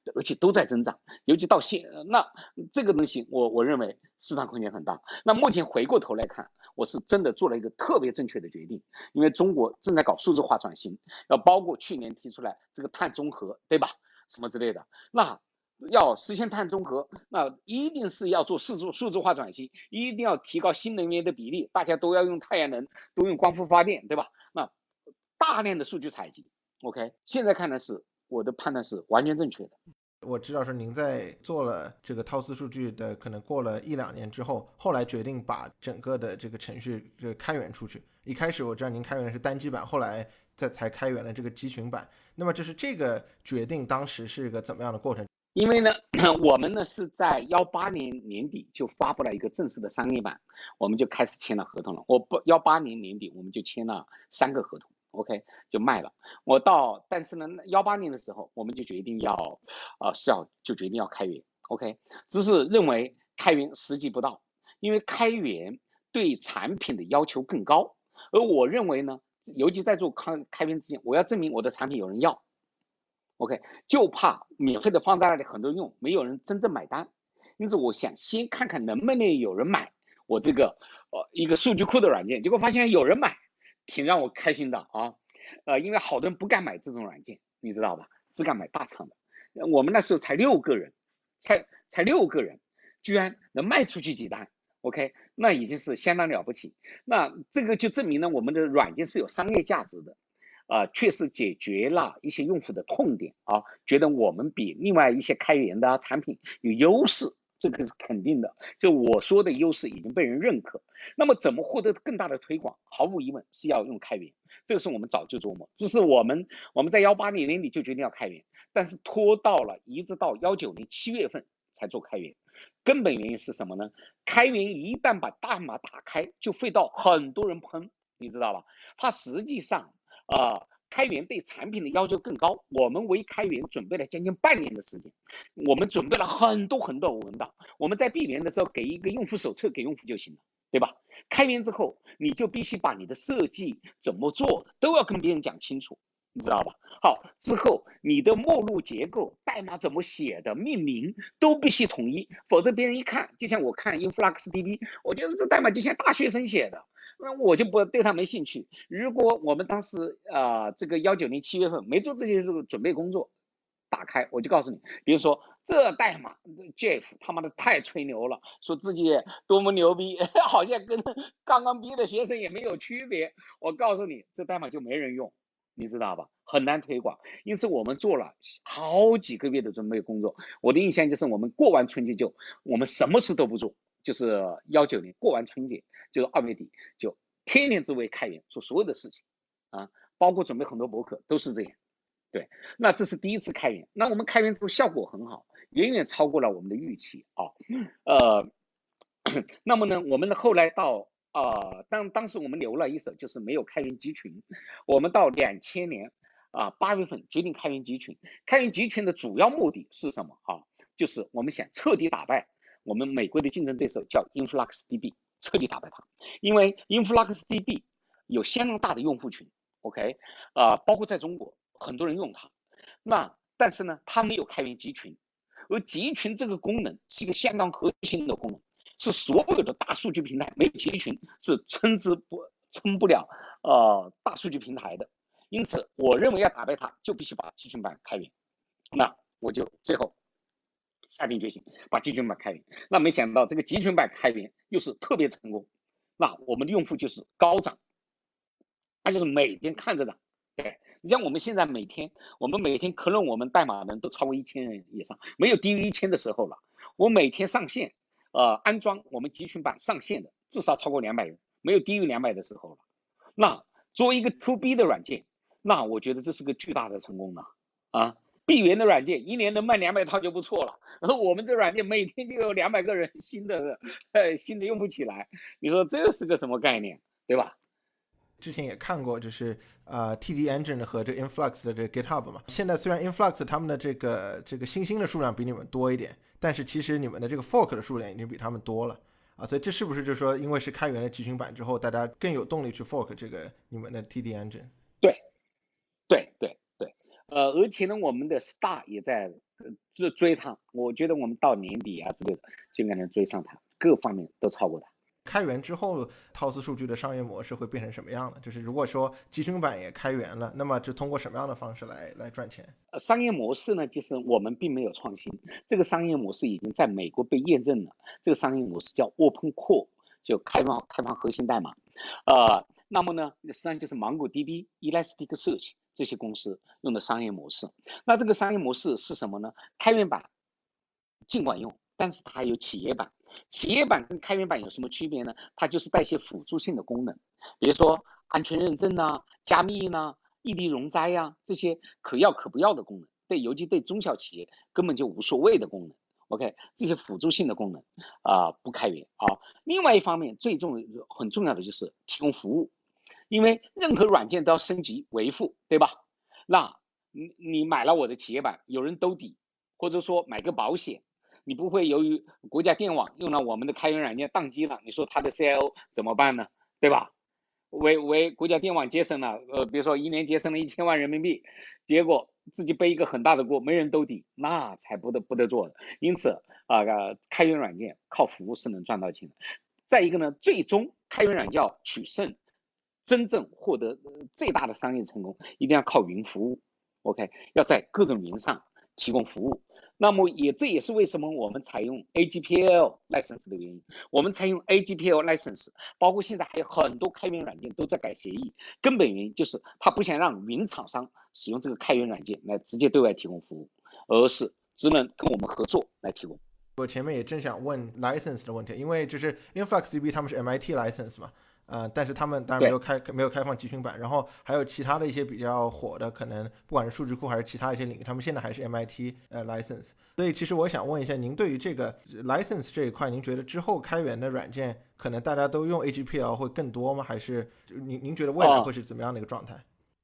而且都在增长。尤其到那这个东西我认为市场空间很大。那目前回过头来看，我是真的做了一个特别正确的决定，因为中国正在搞数字化转型，包括去年提出来这个碳中和，对吧？什么之类的，那要实现碳中和，那一定是要做数字化转型，一定要提高新能源的比例，大家都要用太阳能，都用光伏发电，对吧？那大量的数据采集 ，OK， 现在看来是我的判断是完全正确的。 我知道说您在做了这个套斯数据的可能过了1-2年之后，后来决定把整个的这个程序开源出去。一开始我知道您开源的是单机版，后来才开源了这个集群版。那么就是这个决定当时是一个怎么样的过程？ 因为呢，我们呢是在18年年底就发布了一个正式的商业版，我们就开始签了合同了。18年年底我们就签了3个合同。OK， 就卖了。但是呢，18年的时候，我们就决定就决定要开源。OK， 只是认为开源时机不到，因为开源对产品的要求更高。而我认为呢，尤其在做开源之前，我要证明我的产品有人要。OK， 就怕免费的放在那里很多人用，没有人真正买单。因此，我想先看看能不能有人买我这个一个数据库的软件，结果发现有人买。挺让我开心的啊，因为好多人不敢买这种软件，你知道吧？只敢买大厂的。我们那时候才6个人，才6个人，居然能卖出去几单 ，OK， 那已经是相当了不起。那这个就证明了我们的软件是有商业价值的，确实解决了一些用户的痛点啊，觉得我们比另外一些开源的产品有优势。这个是肯定的，就我说的优势已经被人认可。那么怎么获得更大的推广？毫无疑问是要用开源，这个是我们早就琢磨。只是我们在18年年底就决定要开源，但是一直到19年7月份才做开源。根本原因是什么呢？开源一旦把代码打开，就会到很多人喷，你知道吧？它实际上开源对产品的要求更高，我们为开源准备了将近半年的时间，我们准备了很多文档，我们在闭源的时候给一个用户手册给用户就行了，对吧？开源之后，你就必须把你的设计怎么做都要跟别人讲清楚，你知道吧？好，之后你的目录结构、代码怎么写的、命名都必须统一，否则别人一看，就像我看 InfluxDB， 我觉得这代码就像大学生写的。那我就不对他没兴趣。如果我们当时这个19年7月份没做这些准备工作，打开我就告诉你，比如说这代码 Jeff 他妈的太吹牛了，说自己多么牛逼，好像跟刚刚毕业的学生也没有区别。我告诉你，这代码就没人用，你知道吧？很难推广。因此我们做了好几个月的准备工作。我的印象就是我们过完春节我们什么事都不做。就是19年过完春节，就是2月底，就天天只为开源做所有的事情啊，包括准备很多博客都是这样。对，那这是第一次开源，那我们开源之后效果很好，远远超过了我们的预期啊。那么呢，我们后来到当时我们留了一手，就是没有开源集群。我们到2000年8月份决定开源集群。开源集群的主要目的是什么啊？就是我们想彻底打败我们美国的竞争对手叫 InfluxDB， 彻底打败它。因为 InfluxDB 有相当大的用户群 ，OK， 包括在中国很多人用它。但是呢，它没有开源集群，而集群这个功能是一个相当核心的功能，是所有的大数据平台没有集群是称不了大数据平台的。因此，我认为要打败它，就必须把集群版开源。那我就最后下定决心把集群版开源。那没想到这个集群版开源又是特别成功，那我们的用户就是高涨，它就是每天看着涨。对，你像我们现在每天可能我们代码人都超过1000人以上，没有低于1000的时候了。我每天上线安装我们集群版上线的至少超过200人，没有低于200的时候了。那作为一个 To B 的软件，那我觉得这是个巨大的成功了啊！闭源的软件1年能卖200套就不错了，然后我们这软件每天就有200个人新的用户起来，你说这是个什么概念，对吧？ 之前也看过，就是TD Engine 和这个 Influx 的这个 GitHub 嘛。现在虽然 Influx 他们的这个新兴的数量比你们多一点，但是其实你们的这个 fork 的数量已经比他们多了啊。所以这是不是就是说，因为是开源的集群版之后，大家更有动力去 fork 这个你们的 TD Engine？ 对，而且呢，我们的 Star 也在追它。我觉得我们到年底啊之类的就应该能追上它，各方面都超过它。 开源之后，套丝数据的商业模式会变成什么样呢？就是如果说集群版也开源了，那么就通过什么样的方式来赚钱？ 商业模式呢，就是我们并没有创新，这个商业模式已经在美国被验证了。这个商业模式叫 Open Core， 就开放核心代码。那么呢，实际上就是 MongoDB、Elasticsearch 这些公司用的商业模式。那这个商业模式是什么呢？开源版尽管用，但是它还有企业版。企业版跟开源版有什么区别呢？它就是带一些辅助性的功能，比如说安全认证啊、加密啊、异地容灾呀，这些可要可不要的功能，尤其对中小企业根本就无所谓的功能。OK， 这些辅助性的功能不开源啊。另外一方面，很重要的就是提供服务，因为任何软件都要升级维护，对吧？那你买了我的企业版，有人兜底，或者说买个保险。你不会由于国家电网用了我们的开源软件宕机了，你说他的 CIO 怎么办呢？对吧？为国家电网节省了比如说1年节省了1000万人民币，结果自己背一个很大的锅，没人兜底，那才不得做的。因此开源软件靠服务是能赚到钱的。再一个呢，最终开源软件要取胜，真正获得最大的商业成功，一定要靠云服务。OK， 要在各种云上提供服务。那么这也是为什么我们采用 AGPL license 的原因。我们采用 AGPL license， 包括现在还有很多开源软件都在改协议，根本原因就是他不想让云厂商使用这个开源软件来直接对外提供服务，而是只能跟我们合作来提供。 我前面也正想问 license 的问题，因为就是 InfluxDB 他们是 MIT license 嘛，但是他们当然没有开放集群版，然后还有其他的一些比较火的，可能不管是数据库还是其他一些领域，他们现在还是 MIT license。所以其实我想问一下，您对于这个 license 这一块，您觉得之后开源的软件可能大家都用 AGPL 会更多吗？还是您觉得未来会是怎么样的一个状态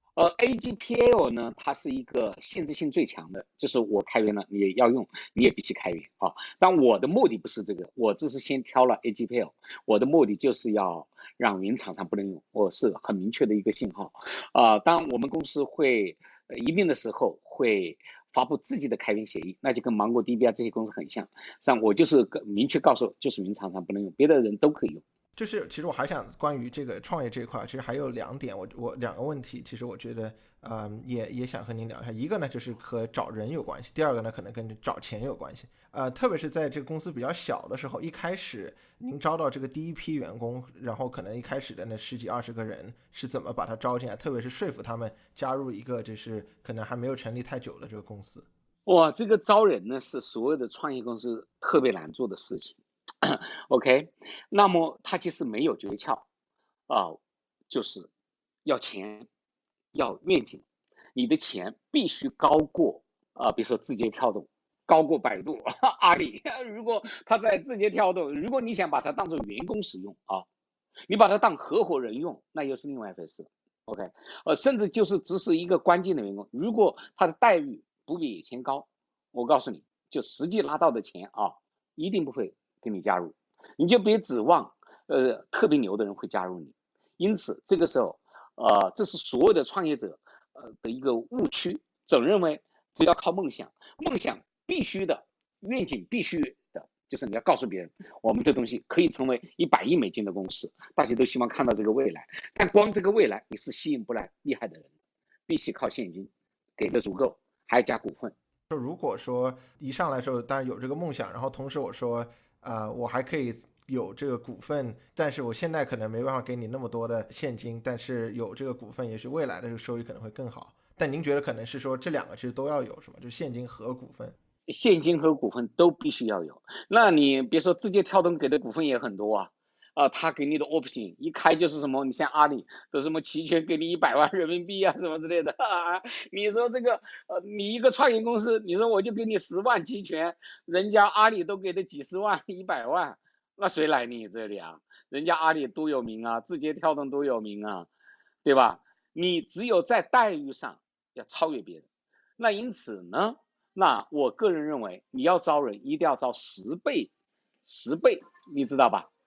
？AGPL 呢，它是一个限制性最强的，就是我开源了，你也要用，你也必须开源啊。但我的目的不是这个，我只是先挑了 AGPL， 我的目的就是要让云厂商不能用，我是很明确的一个信号当然我们公司会一定的时候会发布自己的开源协议，那就跟 MongoDB 这些公司很像。实际上我就是明确告诉，就是云厂商不能用，别的人都可以用。 就是其实我还想关于这个创业这一块，其实还有2点，我2个问题，其实我觉得也想和您聊一下。一个呢就是和找人有关系，第二个呢可能跟找钱有关系。特别是在这个公司比较小的时候，一开始您招到这个第一批员工，然后可能一开始的那10几20个人是怎么把他招进来，特别是说服他们加入一个就是可能还没有成立太久的这个公司。 哇，这个招人呢是所有的创业公司特别难做的事情。OK， 那么它其实没有诀窍就是要钱，要愿景。你的钱必须高过比如说字节跳动，高过百度、阿里。如果他在字节跳动，如果你想把它当做员工使用你把它当合伙人用，那又是另外一回事。OK， 甚至就是只是一个关键的员工，如果他的待遇不比以前高，我告诉你，就实际拿到的钱一定不会给你加入，你就别指望特别牛的人会加入你。因此这个时候这是所有的创业者的一个误区，总认为只要靠梦想必须的，愿景必须的，就是你要告诉别人我们这东西可以成为100亿美金的公司，大家都希望看到这个未来，但光这个未来你是吸引不来厉害的人，必须靠现金给的足够，还加股份。 如果说一上来的时候当然有这个梦想，然后同时我说我还可以有这个股份，但是我现在可能没办法给你那么多的现金，但是有这个股份也许未来的这个收益可能会更好。但您觉得可能是说这2个其实都要有，是吗？就现金和股份。 现金和股份都必须要有。那你别说字节跳动给的股份也很多他给你的 option 一开就是什么，你像阿里的什么期权给你100万人民币什么之类的你说这个你一个创业公司，你说我就给你10万期权，人家阿里都给的几十万100万，那谁来你这里啊？人家阿里多有名字节跳动多有名对吧？你只有在待遇上要超越别人。那因此呢，那我个人认为你要招人一定要招10倍，你知道吧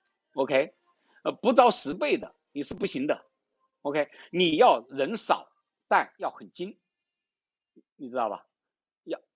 ？OK， 不招10倍的你是不行的。OK， 你要人少，但要很精，你知道吧？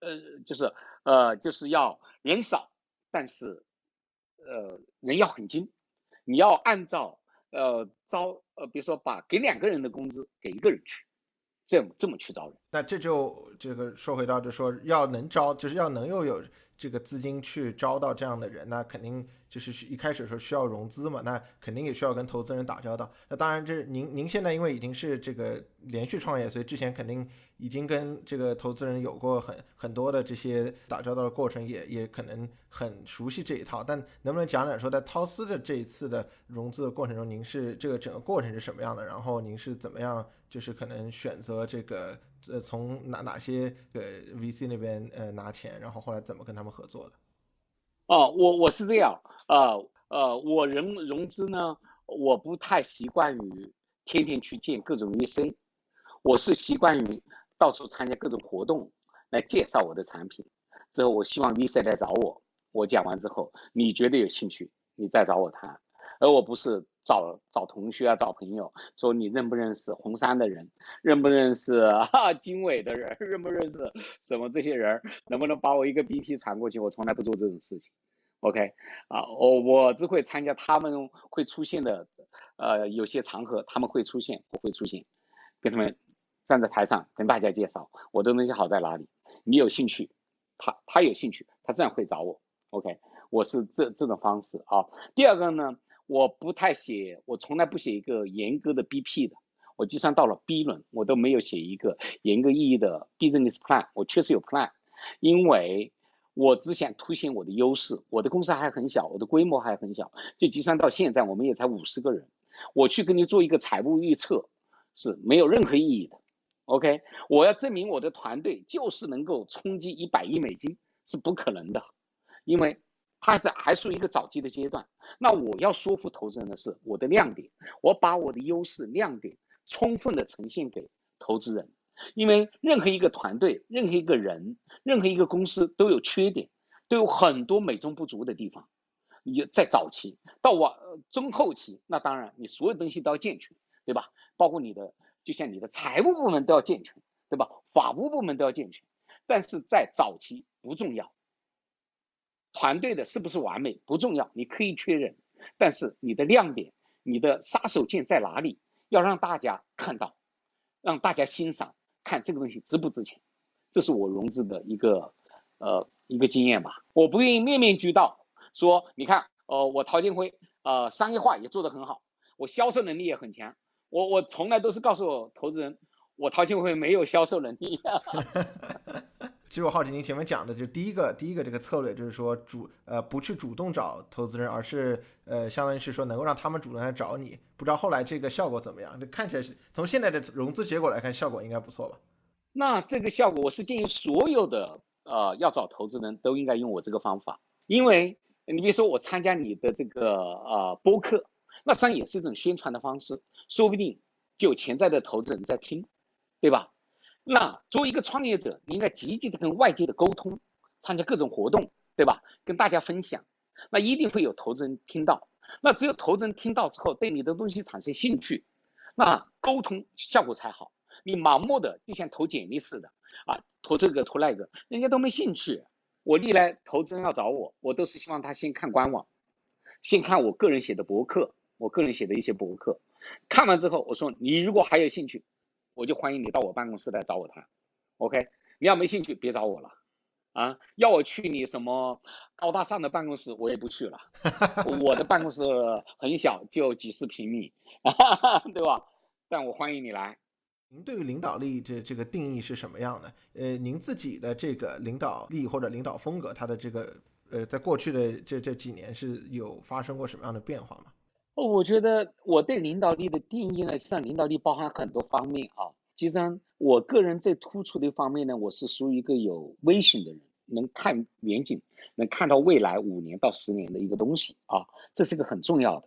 就是要人少，但是人要很精，你要按照比如说把给2个人的工资给1个人去，这么去招人。 那这个说回到就说要能招，就是要能有这个资金去招到这样的人，那肯定就是一开始说需要融资嘛，那肯定也需要跟投资人打交道。那当然这您现在因为已经是这个连续创业，所以之前肯定已经跟这个投资人有过很多的这些打交道的过程，也可能很熟悉这一套。但能不能讲讲说在涛斯的这一次的融资的过程中，您是这个整个过程是什么样的？然后您是怎么样就是可能选择这个从哪些VC 那边拿钱，然后后来怎么跟他们合作的？ 我是这样，我融资呢，我不太习惯于天天去见各种 VC， 我是习惯于到处参加各种活动来介绍我的产品。之后我希望 VC 来找我，我讲完之后，你觉得有兴趣，你再找我谈。而我不是找同学啊，找朋友，说你认不认识红杉的人，认不认识经纬的人，认不认识什么这些人，能不能把我一个 BP 传过去？我从来不做这种事情。OK 我只会参加他们会出现的有些场合，他们会出现，我会出现，跟他们站在台上跟大家介绍我的东西好在哪里。你有兴趣，他有兴趣，他自然会找我。OK， 我是这种方式啊。第二个呢，我从来不写一个严格的 BP 的。我就算到了 B 轮，我都没有写一个严格意义的 business plan。我确实有 plan， 因为我只想凸显我的优势。我的公司还很小，我的规模还很小，就计算到现在我们也才50个人。我去跟你做一个财务预测是没有任何意义的。OK， 我要证明我的团队就是能够冲击100亿美金是不可能的，因为它还属于一个早期的阶段。那我要说服投资人的是我的亮点，我把我的优势亮点充分的呈现给投资人。因为任何一个团队，任何一个人，任何一个公司都有缺点，都有很多美中不足的地方。你在早期到中后期，那当然你所有东西都要健全，对吧？包括就像你的财务部门都要健全，对吧？法务部门都要健全。但是在早期不重要，团队的是不是完美不重要，你可以确认，但是你的亮点，你的杀手锏在哪里，要让大家看到，让大家欣赏，看这个东西值不值钱。这是我融资的一个经验吧。我不愿意面面俱到，说你看我陶建辉商业化也做得很好，我销售能力也很强。我从来都是告诉我投资人，我陶建辉没有销售能力。 其实我好奇您前面讲的，就第一个这个策略，就是说不去主动找投资人，而是相当于是说能够让他们主动来找你。不知道后来这个效果怎么样？这看起来是从现在的融资结果来看，效果应该不错吧？ 那这个效果，我是建议所有的要找投资人都应该用我这个方法。因为你比如说我参加你的这个播客，那实际上也是一种宣传的方式，说不定就有潜在的投资人在听，对吧？那作为一个创业者，你应该积极的跟外界的沟通，参加各种活动，对吧？跟大家分享，那一定会有投资人听到。那只有投资人听到之后，对你的东西产生兴趣，那沟通效果才好。你盲目的就像投简历似的投这个投那个，人家都没兴趣。我历来投资人要找我都是希望他先看官网，先看我个人写的博客，我个人写的一些博客，看完之后我说你如果还有兴趣，我就欢迎你到我办公室来找我谈。 OK， 你要没兴趣别找我了要我去你什么高大上的办公室我也不去了。我的办公室很小，就几十平米对吧？但我欢迎你来。 您对于领导力这个定义是什么样的？您自己的这个领导力或者领导风格，它的这个在过去的这几年是有发生过什么样的变化吗？ 我觉得我对领导力的定义呢，实际上领导力包含很多方面其实我个人最突出的一方面呢，我是属于一个有 vision 的人，能看远景，能看到未来5年到10年的一个东西这是一个很重要的。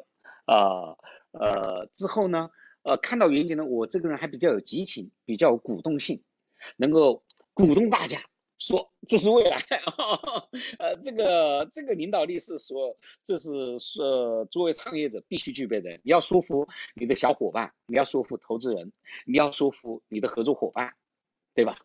之后呢，看到远景呢，我这个人还比较有激情，比较有鼓动性，能够鼓动大家说这是未来这个领导力这是作为创业者必须具备的。你要说服你的小伙伴，你要说服投资人，你要说服你的合作伙伴，对吧？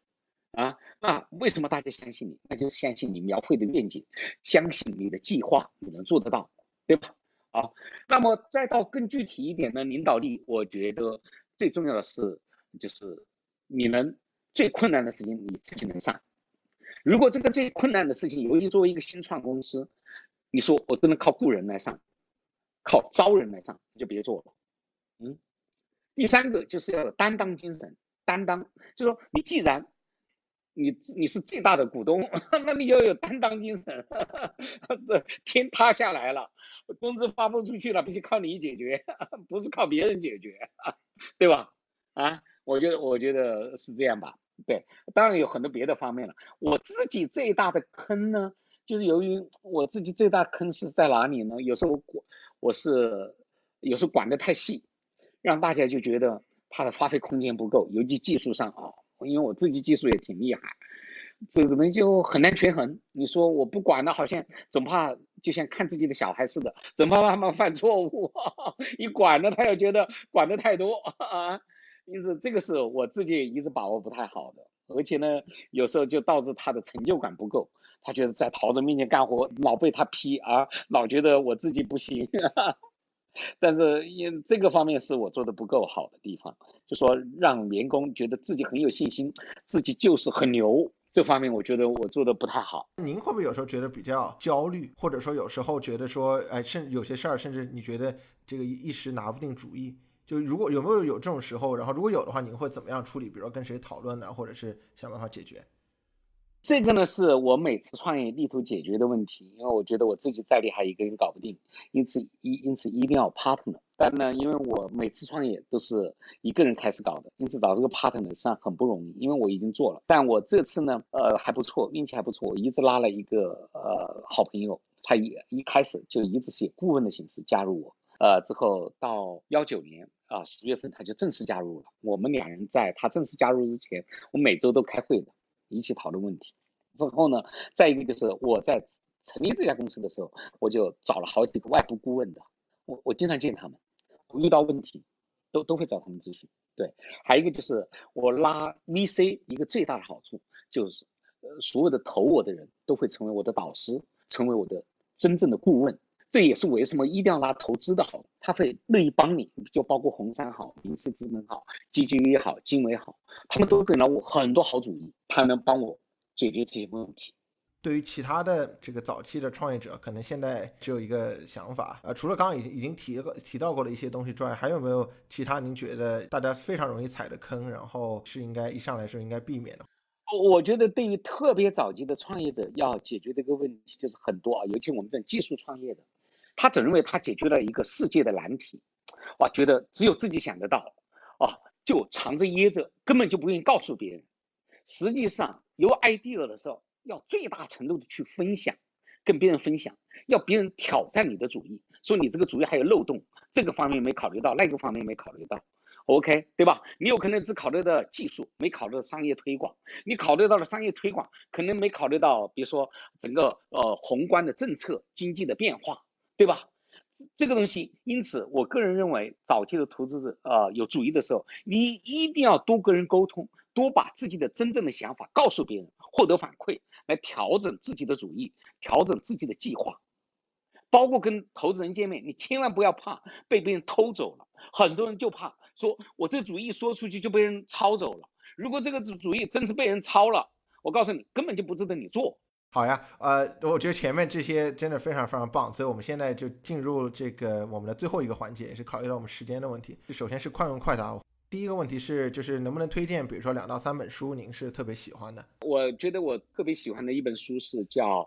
那为什么大家相信你？那就相信你描绘的愿景，相信你的计划，你能做得到，对吧？好，那么再到更具体一点的领导力，我觉得最重要的是，就是你能最困难的事情你自己能上。如果这个最困难的事情，尤其作为一个新创公司，你说我只能靠雇人来上，靠招人来上，你就别做了。第三个就是要有担当精神，担当就是说你既然你是最大的股东，那你就要有担当精神。天塌下来了，工资发不出去了，必须靠你解决，不是靠别人解决，对吧？我觉得是这样吧。对，当然有很多别的方面了。我自己最大的坑呢，就是由于我自己最大的坑是在哪里呢？有时候有时候管得太细，让大家就觉得他的发挥空间不够，尤其技术上因为我自己技术也挺厉害，这个呢就很难权衡。你说我不管了，好像总怕就像看自己的小孩似的，总怕他们犯错误，一管了他又觉得管得太多因此这个是我自己一直把握不太好的，而且呢，有时候就导致他的成就感不够，他觉得在桃子面前干活老被他批，老觉得我自己不行。但是因这个方面是我做的不够好的地方，就说让员工觉得自己很有信心，自己就是很牛，这方面我觉得我做的不太好。 您会不会有时候觉得比较焦虑，或者说有时候觉得说，甚至有些事儿，甚至你觉得这个一时拿不定主意？就如果有这种时候，然后如果有的话，您会怎么样处理？比如说跟谁讨论呢，或者是想办法解决？ 这个呢是我每次创业力图解决的问题，因为我觉得我自己再厉害一个人搞不定，因此一定要 partner。但呢，因为我每次创业都是一个人开始搞的，因此找这个 partner 实际上很不容易，因为我已经做了。但我这次呢，还不错，运气还不错，我一直拉了一个好朋友，他一开始就一直是以顾问的形式加入我，之后到19年10月份他就正式加入了。我们两人在他正式加入之前，我每周都开会的。一起讨论问题。之后呢，再一个就是我在成立这家公司的时候，我就找了好几个外部顾问的，我经常见他们，我遇到问题都会找他们咨询。对，还有一个就是我拉 VC 一个最大的好处就是所有的投我的人都会成为我的导师，成为我的真正的顾问。这也是为什么一定要拉投资的好，他会乐意帮你，就包括红杉好、明世资本好、基金也好、经纬好，他们都给了我很多好主意，他能帮我解决这些问题。 对于其他的这个早期的创业者，可能现在只有一个想法，除了刚刚已经提到过的一些东西之外，还有没有其他您觉得大家非常容易踩的坑，然后是应该一上来是应该避免的？ 我觉得对于特别早期的创业者要解决的一个问题就是很多尤其我们这种技术创业的，他只认为他解决了一个世界的难题，觉得只有自己想得到，就藏着掖着，根本就不愿意告诉别人。实际上有 idea 的时候，要最大程度的去分享，跟别人分享，要别人挑战你的主意，说你这个主意还有漏洞，这个方面没考虑到，那个方面没考虑到。OK， 对吧？你有可能只考虑到技术，没考虑到商业推广。你考虑到了商业推广，可能没考虑到，比如说整个宏观的政策、经济的变化，对吧？这个东西，因此我个人认为，早期的投资者有主意的时候，你一定要多跟人沟通，多把自己的真正的想法告诉别人，获得反馈，来调整自己的主意，调整自己的计划。包括跟投资人见面，你千万不要怕被别人偷走了。很多人就怕说，我这主意说出去就被人抄走了。如果这个主意真是被人抄了，我告诉你，根本就不值得你做。 好呀，我觉得前面这些真的非常非常棒，所以我们现在就进入这个我们的最后一个环节，也是考虑到我们时间的问题。首先是快问快答，第一个问题是，就是能不能推荐，比如说2到3本书，您是特别喜欢的？ 我觉得我特别喜欢的一本书是叫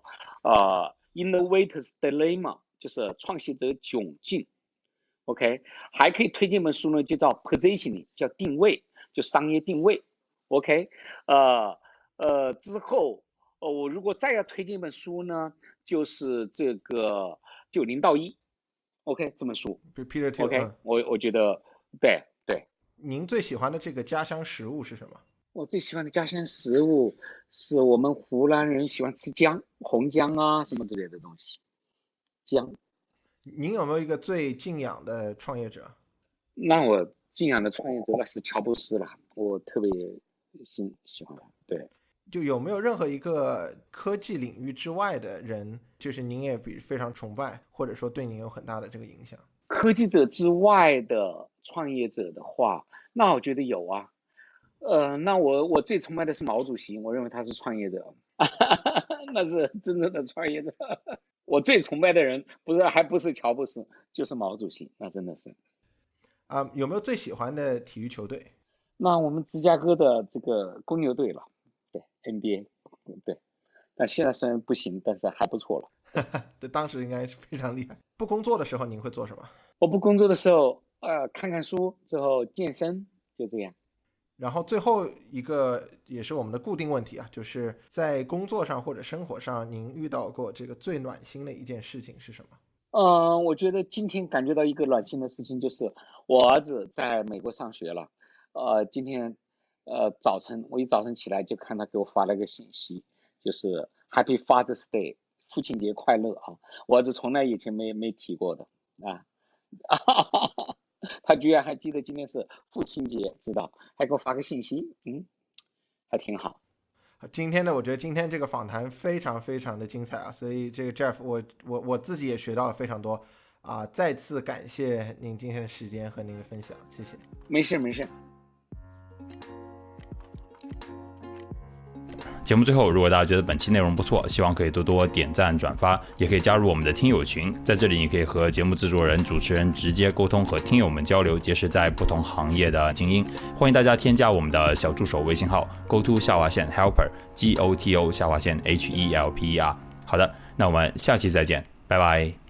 Innovator's Dilemma， 就是创新者窘境。OK， 还可以推荐本书呢，就叫 Positioning， 叫定位，就商业定位。OK， 之后我如果再要推荐一本书呢，就是这个就0到1 OK 这本书 Peter Thiel OK， 我觉得对。 您最喜欢的这个家乡食物是什么？ 我最喜欢的家乡食物是我们湖南人喜欢吃姜、红姜什么之类的东西。姜。 您有没有一个最敬仰的创业者？ 那我敬仰的创业者那是乔布斯了，我特别喜欢他。对， 就有没有任何一个科技领域之外的人，就是您也非常崇拜，或者说对您有很大的这个影响？ 科技者之外的创业者的话，那我觉得有啊。那我最崇拜的是毛主席，我认为他是创业者，那是真正的创业者。我最崇拜的人还不是乔布斯，就是毛主席，那真的是。 有没有最喜欢的体育球队？ 那我们芝加哥的这个公牛队了，对 NBA， 对。但现在虽然不行，但是还不错了。 对，当时应该是非常厉害。不工作的时候您会做什么？ 我不工作的时候，看看书，之后健身，就这样。 然后最后一个也是我们的固定问题啊，就是在工作上或者生活上，您遇到过这个最暖心的一件事情是什么？ 我觉得今天感觉到一个暖心的事情，就是我儿子在美国上学了。今天早晨我一早晨起来就看他给我发了个信息，就是 Happy Father's Day， 父亲节快乐啊！我儿子从来以前没提过的啊。他居然还记得今天是父亲节，知道，还给我发个信息，还挺好。 我觉得今天这个访谈非常非常的精彩啊，所以这个 Jeff 我自己也学到了非常多啊，再次感谢您今天的时间和您的分享，谢谢。 没事。 节目最后，如果大家觉得本期内容不错，希望可以多多点赞转发，也可以加入我们的听友群，在这里你可以和节目制作人、主持人直接沟通，和听友们交流，结识在不同行业的精英。欢迎大家添加我们的小助手微信号 GoTo_Helper GOTO_HELPER。好的，那我们下期再见，拜拜。